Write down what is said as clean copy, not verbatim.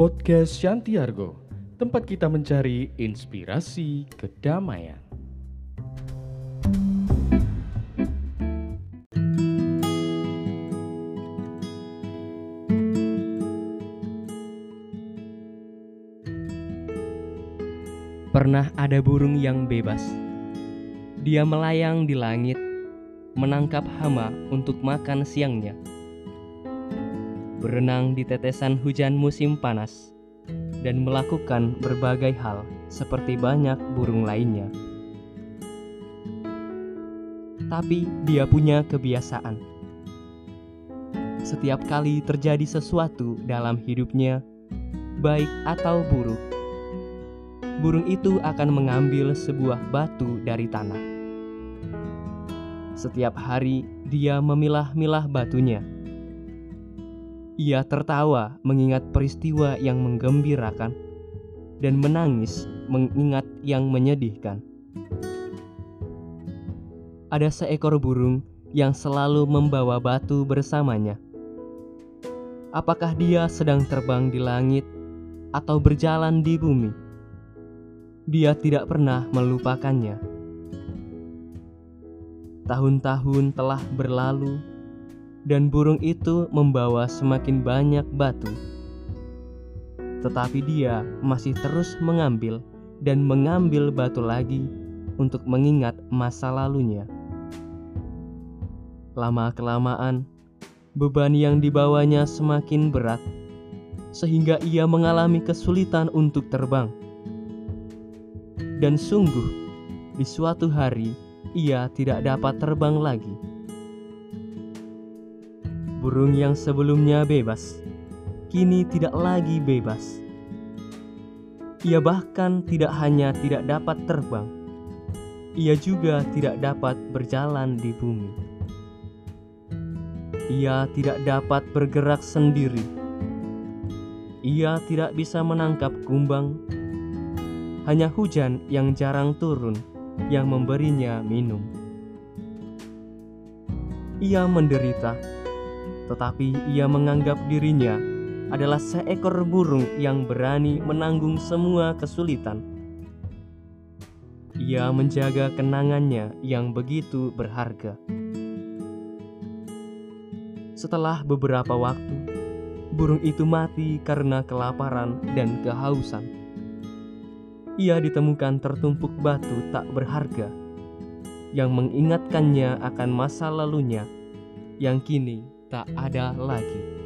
Podcast Shantiargo, tempat kita mencari inspirasi kedamaian. Pernah ada burung yang bebas. Dia melayang di langit, menangkap hama untuk makan siangnya. Berenang di tetesan hujan musim panas, dan melakukan berbagai hal seperti banyak burung lainnya. Tapi dia punya kebiasaan. Setiap kali terjadi sesuatu dalam hidupnya, baik atau buruk, burung itu akan mengambil sebuah batu dari tanah. Setiap hari dia memilah-milah batunya. Ia tertawa mengingat peristiwa yang menggembirakan dan menangis mengingat yang menyedihkan. Ada seekor burung yang selalu membawa batu bersamanya. Apakah dia sedang terbang di langit atau berjalan di bumi? Dia tidak pernah melupakannya. Tahun-tahun telah berlalu, dan burung itu membawa semakin banyak batu. Tetapi dia masih terus mengambil dan mengambil batu lagi untuk mengingat masa lalunya. Lama-kelamaan, beban yang dibawanya semakin berat, sehingga ia mengalami kesulitan untuk terbang. Dan sungguh, di suatu hari ia tidak dapat terbang lagi. Burung yang sebelumnya bebas, kini tidak lagi bebas. Ia bahkan tidak hanya tidak dapat terbang, ia juga tidak dapat berjalan di bumi. Ia tidak dapat bergerak sendiri. Ia tidak bisa menangkap kumbang. Hanya hujan yang jarang turun yang memberinya minum. Ia menderita, tetapi ia menganggap dirinya adalah seekor burung yang berani menanggung semua kesulitan. Ia menjaga kenangannya yang begitu berharga. Setelah beberapa waktu, burung itu mati karena kelaparan dan kehausan. Ia ditemukan tertumpuk batu tak berharga yang mengingatkannya akan masa lalunya yang kini tak ada lagi.